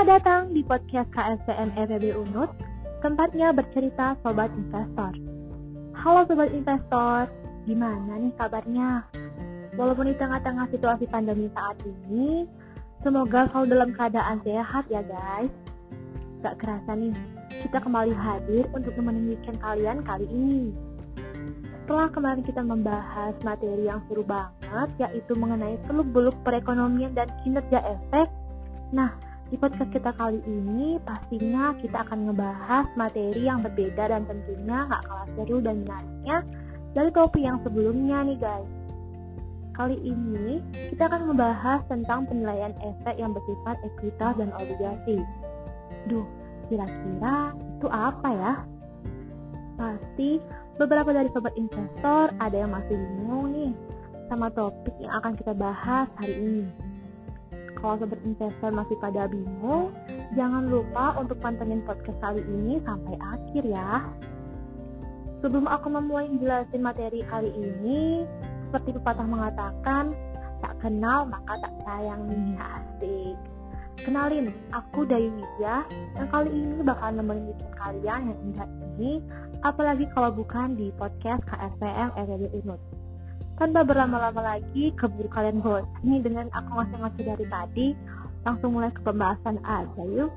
Selamat datang di podcast KSPM FEB Unut, tempatnya bercerita Sobat Investor. Halo Sobat Investor, gimana nih kabarnya? Walaupun di tengah-tengah situasi pandemi saat ini, semoga selalu dalam keadaan sehat ya guys. Gak kerasa nih, kita kembali hadir untuk menemani weekend kalian kali ini. Setelah kemarin kita membahas materi yang seru banget, yaitu mengenai seluk-beluk perekonomian dan kinerja efek. Nah, di podcast kita kali ini pastinya kita akan ngebahas materi yang berbeda dan tentunya gak kalah seru dan menariknya dari topik yang sebelumnya nih guys. Kali ini kita akan membahas tentang penilaian efek yang bersifat ekuitas dan obligasi. Duh, kira-kira itu apa ya? Pasti beberapa dari sobat investor ada yang masih bingung nih sama topik yang akan kita bahas hari ini. Kalau sobat investor masih pada bingung, jangan lupa untuk pantengin podcast kali ini sampai akhir ya. Sebelum aku memulai jelasin materi kali ini, seperti pepatah mengatakan, tak kenal maka tak sayang nih, asik. Kenalin, aku Dayu Widya, yang kali ini bakal nemenin kalian yang indah ini, apalagi kalau bukan di podcast KSPM FEB Unut. Tanpa berlama-lama lagi, keburu kalian bosan nih dengan aku ngoceh-ngoceh dari tadi, langsung mulai ke pembahasan aja yuk.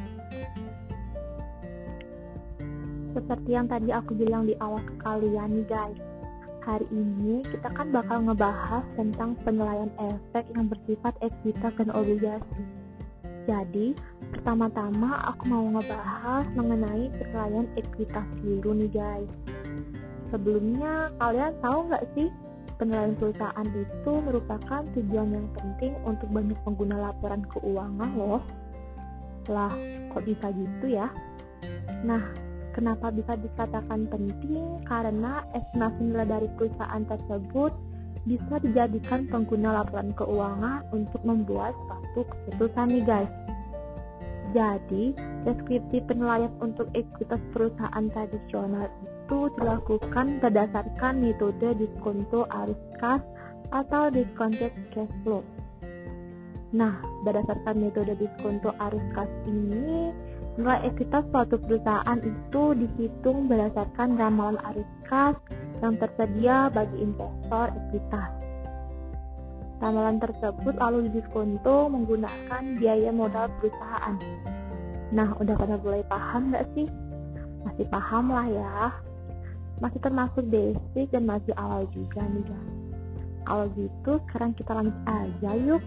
Seperti yang tadi aku bilang di awal ke kalian nih guys, hari ini kita kan bakal ngebahas tentang penilaian efek yang bersifat ekuitas dan obligasi. Jadi, pertama-tama aku mau ngebahas mengenai penilaian ekuitas dulu nih guys. Sebelumnya, kalian tahu nggak sih, penilaian perusahaan itu merupakan tujuan yang penting untuk banyak pengguna laporan keuangan loh. Lah, kok bisa gitu ya? Nah, kenapa bisa dikatakan penting? Karena estimasi nilai dari perusahaan tersebut bisa dijadikan pengguna laporan keuangan untuk membuat suatu keputusan nih guys. Jadi, deskripsi penilaian untuk ekuitas perusahaan tradisional itu dilakukan berdasarkan metode diskonto arus kas atau discounted cash flow. Nah, berdasarkan metode diskonto arus kas ini, nilai ekuitas suatu perusahaan itu dihitung berdasarkan ramalan arus kas yang tersedia bagi investor ekuitas. Ramalan tersebut lalu didiskonto menggunakan biaya modal perusahaan. Nah, udah pada mulai paham nggak sih? Masih paham lah ya. Masih termasuk basic dan masih awal juga nih guys. Kalau gitu, sekarang kita lanjut aja yuk.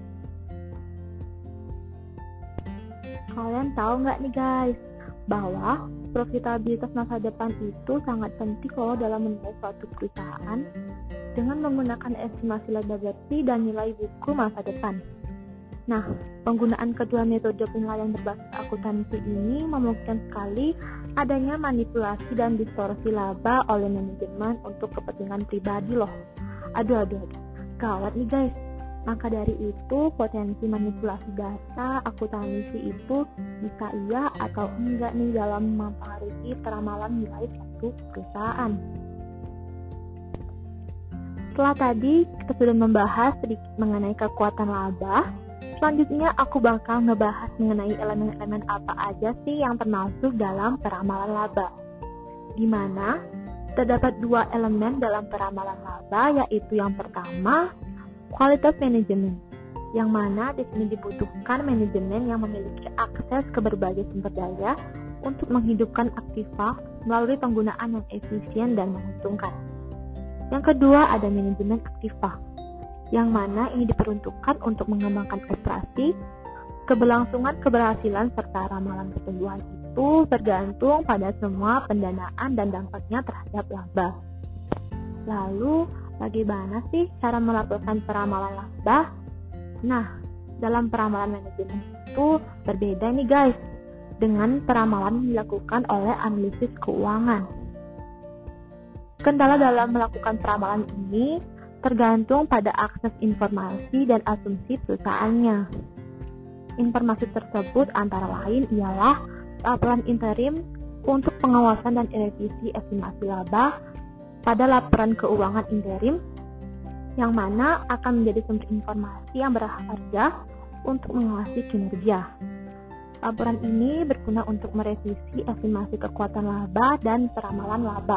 Kalian tahu nggak nih guys, bahwa profitabilitas masa depan itu sangat penting kalau dalam menilai suatu perusahaan dengan menggunakan estimasi laba bersih dan nilai buku masa depan. Nah, penggunaan kedua metode penilaian berbasis akuntansi ini memungkinkan sekali adanya manipulasi dan distorsi laba oleh manajemen untuk kepentingan pribadi loh. Aduh, gawat nih guys. Maka dari itu, potensi manipulasi data akuntansi itu bisa iya atau enggak nih dalam mempengaruhi peramalan nilai suatu perusahaan. Setelah tadi kita sudah membahas sedikit mengenai kekuatan laba, selanjutnya aku bakal ngebahas mengenai elemen-elemen apa aja sih yang termasuk dalam peramalan laba. Di mana terdapat dua elemen dalam peramalan laba, yaitu yang pertama, kualitas manajemen, yang mana di sini dibutuhkan manajemen yang memiliki akses ke berbagai sumber daya untuk menghidupkan aktiva melalui penggunaan yang efisien dan menguntungkan. Yang kedua ada manajemen aktiva, yang mana ini diperuntukkan untuk mengembangkan operasi. Keberlangsungan keberhasilan serta ramalan pertumbuhan itu bergantung pada semua pendanaan dan dampaknya terhadap laba. Lalu, bagaimana sih cara melakukan peramalan laba? Nah, dalam peramalan manajemen itu berbeda nih guys, dengan peramalan dilakukan oleh analisis keuangan. Kendala dalam melakukan peramalan ini tergantung pada akses informasi dan asumsi perusahaannya. Informasi tersebut antara lain ialah laporan interim untuk pengawasan dan revisi estimasi laba pada laporan keuangan interim, yang mana akan menjadi sumber informasi yang berharga untuk mengawasi kinerja. Laporan ini berguna untuk merevisi estimasi kekuatan laba dan peramalan laba.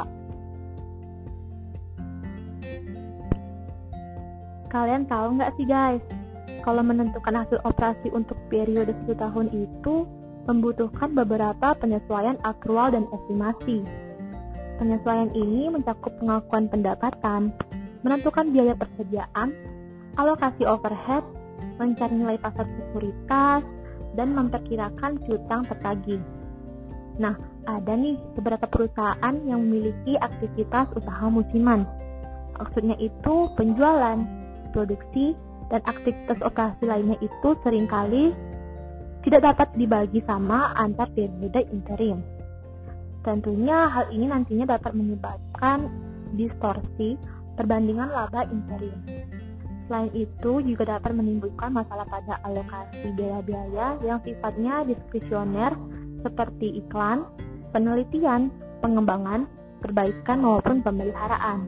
Kalian tahu nggak sih guys, kalau menentukan hasil operasi untuk periode 1 tahun itu membutuhkan beberapa penyesuaian akrual dan estimasi. Penyesuaian ini mencakup pengakuan pendapatan, menentukan biaya persediaan, alokasi overhead, mencari nilai pasar sekuritas, dan memperkirakan piutang tertagih. Nah, ada nih beberapa perusahaan yang memiliki aktivitas usaha musiman. Maksudnya itu penjualan, produksi, dan aktivitas operasi lainnya itu seringkali tidak dapat dibagi sama antar periode interim. Tentunya hal ini nantinya dapat menyebabkan distorsi perbandingan laba interim. Selain itu juga dapat menimbulkan masalah pada alokasi biaya-biaya yang sifatnya diskresioner seperti iklan, penelitian, pengembangan, perbaikan maupun pemeliharaan.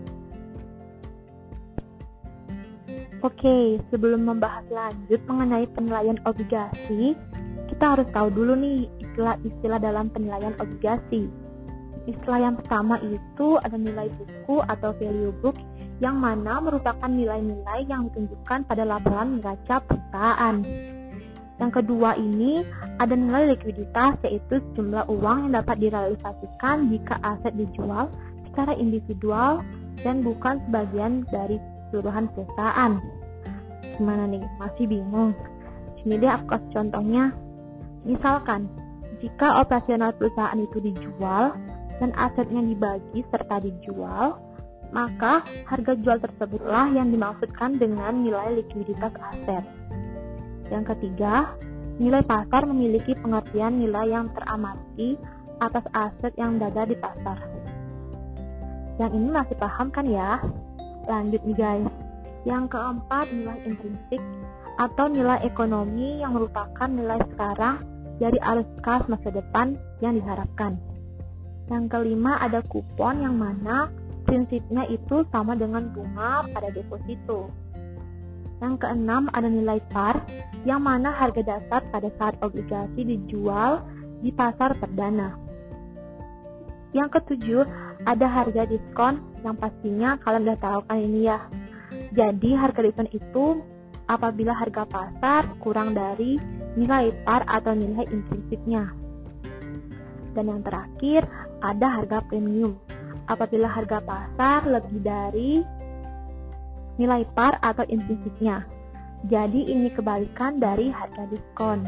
Oke, sebelum membahas lanjut mengenai penilaian obligasi, kita harus tahu dulu nih istilah-istilah dalam penilaian obligasi. Istilah yang pertama itu ada nilai buku atau value book, yang mana merupakan nilai-nilai yang ditunjukkan pada laporan neraca perusahaan. Yang kedua ini ada nilai likuiditas, yaitu jumlah uang yang dapat direalisasikan jika aset dijual secara individual dan bukan sebagian dari keseluruhan perusahaan. Gimana nih? Masih bingung? Sini deh aku kasih contohnya. Misalkan, jika operasional perusahaan itu dijual dan asetnya dibagi serta dijual, maka harga jual tersebutlah yang dimaksudkan dengan nilai likuiditas aset. Yang ketiga, nilai pasar memiliki pengertian nilai yang teramati atas aset yang berada di pasar. Yang ini masih paham kan ya? Lanjut nih guys. Yang keempat, nilai intrinsik atau nilai ekonomi yang merupakan nilai sekarang dari arus kas masa depan yang diharapkan. Yang kelima, ada kupon yang mana prinsipnya itu sama dengan bunga pada deposito. Yang keenam, ada nilai par, yang mana harga dasar pada saat obligasi dijual di pasar perdana. Yang ketujuh, ada harga diskon, yang pastinya kalian udah tahu kan ini ya. Jadi harga diskon itu apabila harga pasar kurang dari nilai par atau nilai intrinsiknya. Dan yang terakhir, ada harga premium, apabila harga pasar lebih dari nilai par atau intrinsiknya. Jadi ini kebalikan dari harga diskon.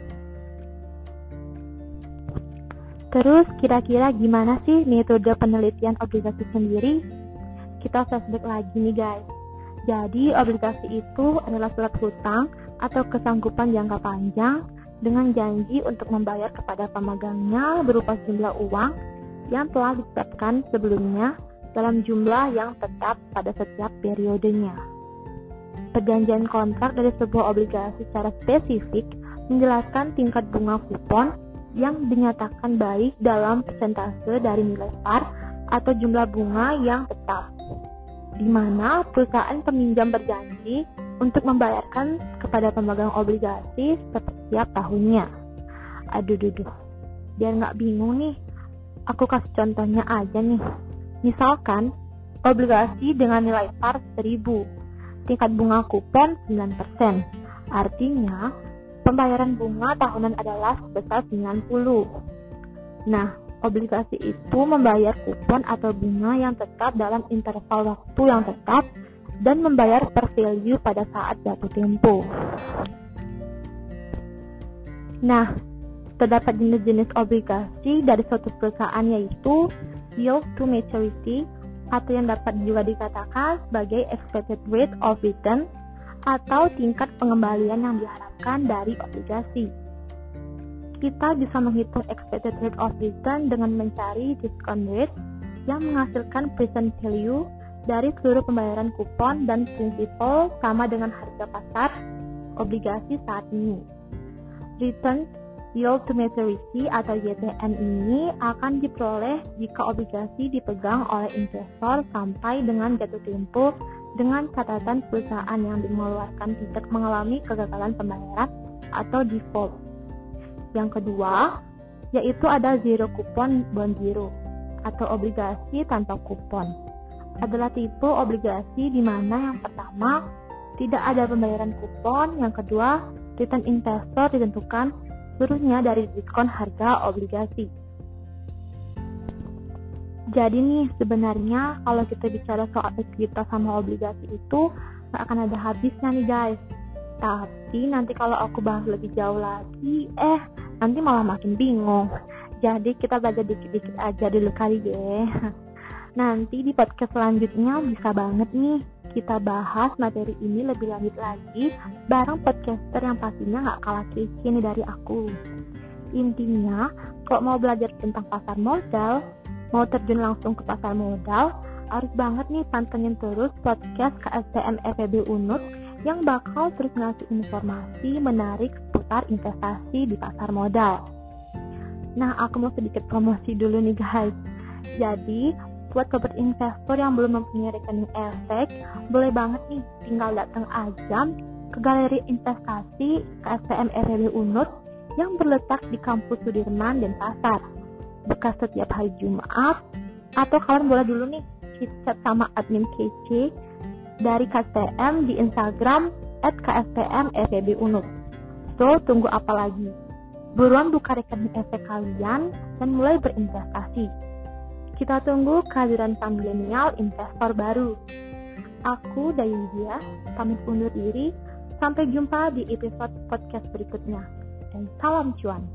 Terus kira-kira gimana sih metode penelitian obligasi sendiri? Kita flashback lagi nih guys. Jadi obligasi itu adalah surat hutang atau kesanggupan jangka panjang dengan janji untuk membayar kepada pemegangnya berupa sejumlah uang yang telah ditetapkan sebelumnya dalam jumlah yang tetap pada setiap periodenya. Perjanjian kontrak dari sebuah obligasi secara spesifik menjelaskan tingkat bunga kupon yang dinyatakan baik dalam persentase dari nilai par atau jumlah bunga yang tetap, di mana perusahaan peminjam berjanji untuk membayarkan kepada pemegang obligasi setiap tahunnya. Biar nggak bingung nih, aku kasih contohnya aja nih. Misalkan, obligasi dengan nilai par 1.000, tingkat bunga kupon 9%. Artinya, pembayaran bunga tahunan adalah sebesar 90. Nah, obligasi itu membayar kupon atau bunga yang tetap dalam interval waktu yang tetap dan membayar per value pada saat jatuh tempo. Nah, terdapat jenis-jenis obligasi dari suatu perusahaan yaitu yield to maturity, atau yang dapat juga dikatakan sebagai expected rate of return atau tingkat pengembalian yang diharapkan dari obligasi. Kita bisa menghitung expected rate of return dengan mencari discount rate yang menghasilkan present value dari seluruh pembayaran kupon dan prinsipal sama dengan harga pasar obligasi saat ini. Return yield to maturity atau YTN ini akan diperoleh jika obligasi dipegang oleh investor sampai dengan jatuh tempo dengan catatan perusahaan yang mengeluarkan tidak mengalami kegagalan pembayaran atau default. Yang kedua, yaitu ada zero coupon bond zero atau obligasi tanpa kupon. Adalah tipe obligasi di mana yang pertama tidak ada pembayaran kupon, yang kedua return investor ditentukan seluruhnya dari diskon harga obligasi. Jadi nih sebenarnya kalau kita bicara soal ekuitas sama obligasi itu gak akan ada habisnya nih guys. Tapi nanti kalau aku bahas lebih jauh lagi, nanti malah makin bingung. Jadi kita belajar dikit-dikit aja dulu kali ya. Nanti di podcast selanjutnya bisa banget nih kita bahas materi ini lebih lanjut lagi bareng podcaster yang pastinya gak kalah kece nih dari aku. Intinya, kalau mau belajar tentang pasar modal, mau terjun langsung ke pasar modal, harus banget nih pantengin terus podcast KSTM FEB Unut yang bakal terus ngasih informasi menarik seputar investasi di pasar modal. Nah, aku mau sedikit promosi dulu nih guys. Jadi, buat sobat investor yang belum mempunyai rekening efek, boleh banget nih tinggal datang aja ke galeri investasi KSTM FEB Unut yang berletak di kampus Sudirman Denpasar. Buka setiap hari Jumat, atau kalian boleh dulu nih chat sama admin kece dari KSTM di Instagram @KSTM/FEB Unut. So, tunggu apa lagi? Buruan buka rekening efek kalian dan mulai berinvestasi. Kita tunggu kehadiran kaum milenial investor baru. Aku Dayudia, pamit undur diri. Sampai jumpa di episode podcast berikutnya. Dan salam cuan.